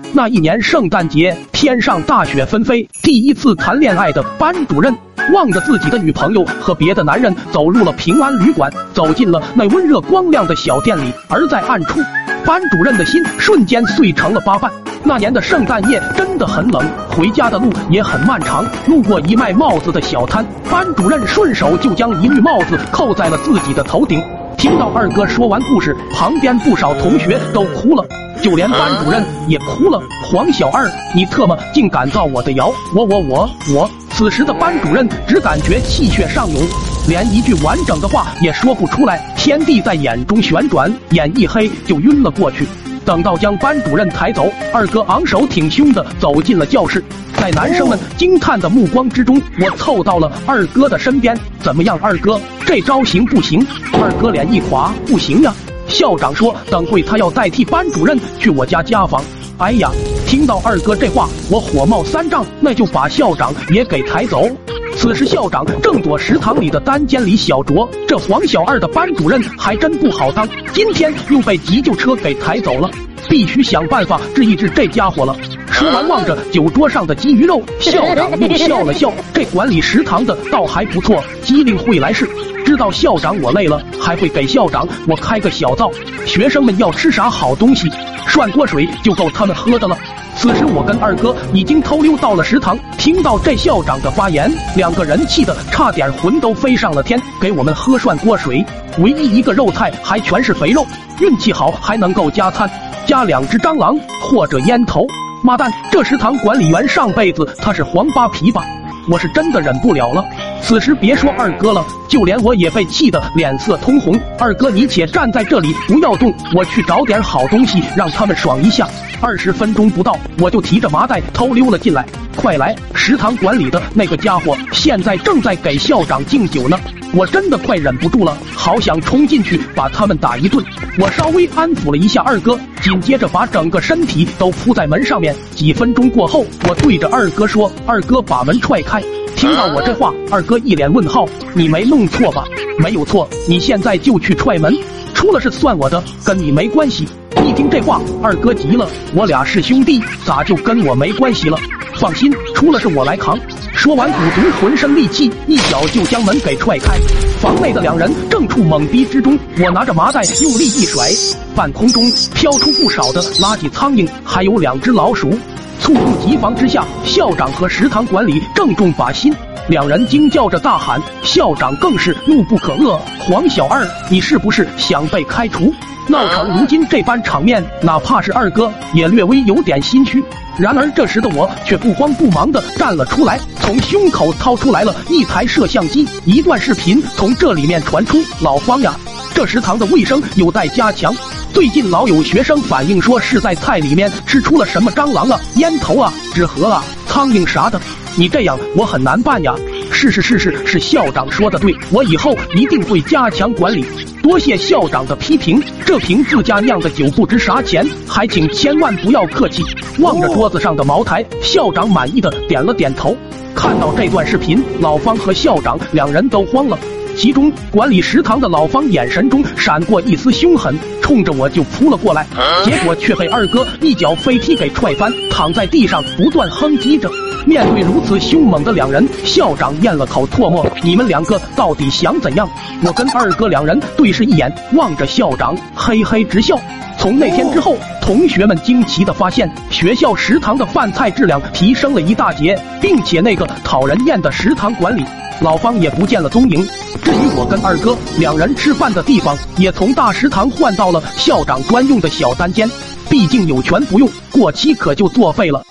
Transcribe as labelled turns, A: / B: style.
A: 那一年圣诞节，天上大雪纷飞，第一次谈恋爱的班主任望着自己的女朋友和别的男人走入了平安旅馆，走进了那温热光亮的小店里，而在暗处，班主任的心瞬间碎成了8瓣。那年的圣诞夜真的很冷，回家的路也很漫长。路过一卖帽子的小摊，班主任顺手就将一绿帽子扣在了自己的头顶。听到二哥说完故事，旁边不少同学都哭了，就连班主任也哭了。黄小二，你特么竟敢造我的谣！我！此时的班主任只感觉气血上涌，连一句完整的话也说不出来，天地在眼中旋转，眼一黑就晕了过去。等到将班主任抬走，二哥昂首挺胸地走进了教室。在男生们惊叹的目光之中，我凑到了二哥的身边。怎么样，二哥，这招行不行？二哥脸一垮，不行呀。校长说等会他要代替班主任去我家家访。哎呀，听到二哥这话，我火冒三丈，那就把校长也给抬走。此时校长正躲食堂里的单间里小酌，这黄小二的班主任还真不好当，今天又被急救车给抬走了，必须想办法治一治这家伙了。说完望着酒桌上的鲫鱼肉，校长又笑了笑，这管理食堂的倒还不错，机灵会来事，知道校长我累了，还会给校长我开个小灶，学生们要吃啥好东西，涮锅水就够他们喝的了。此时我跟二哥已经偷溜到了食堂，听到这校长的发言，两个人气得差点魂都飞上了天，给我们喝涮锅水，唯一一个肉菜还全是肥肉，运气好还能够加餐，加2只蟑螂或者烟头。妈蛋，这食堂管理员上辈子他是黄扒皮吧？我是真的忍不了了。此时别说二哥了，就连我也被气得脸色通红。二哥你且站在这里不要动，我去找点好东西让他们爽一下。20分钟不到，我就提着麻袋偷溜了进来。快来，食堂管理的那个家伙现在正在给校长敬酒呢。我真的快忍不住了，好想冲进去把他们打一顿。我稍微安抚了一下二哥，紧接着把整个身体都扑在门上面。几分钟过后，我对着二哥说：“二哥，把门踹开。”听到我这话，二哥一脸问号：“你没弄错吧？”“没有错，你现在就去踹门，出了事算我的，跟你没关系。”一听这话，二哥急了：“我俩是兄弟，咋就跟我没关系了？放心，出了事我来扛。”说完鼓足浑身力气，一脚就将门给踹开。房内的两人正处懵逼之中，我拿着麻袋用力一甩，半空中飘出不少的垃圾苍蝇，还有2只老鼠。猝不及防之下，校长和食堂管理正中靶心，两人惊叫着大喊，校长更是怒不可遏：“黄小二，你是不是想被开除？”闹成如今这般场面，哪怕是二哥也略微有点心虚。然而这时的我却不慌不忙地站了出来，从胸口掏出来了一台摄像机，一段视频从这里面传出：“老方呀，这食堂的卫生有待加强，最近老有学生反映说是在菜里面吃出了什么蟑螂啊、烟头啊、纸盒啊、苍蝇啥的，你这样我很难办呀。”是校长说的对，我以后一定会加强管理。多谢校长的批评，这瓶自家酿的酒不值啥钱，还请千万不要客气。望着桌子上的茅台，校长满意的点了点头。看到这段视频，老方和校长两人都慌了，其中管理食堂的老方眼神中闪过一丝凶狠，冲着我就扑了过来，结果却被二哥一脚飞踢给踹翻，躺在地上不断哼唧着。面对如此凶猛的两人，校长咽了口唾沫：“你们两个到底想怎样？”我跟二哥两人对视一眼，望着校长嘿嘿直笑。从那天之后，同学们惊奇地发现，学校食堂的饭菜质量提升了一大截，并且那个讨人厌的食堂管理老方也不见了踪影。至于我跟二哥两人吃饭的地方，也从大食堂换到了校长专用的小单间，毕竟有权不用，过期可就作废了。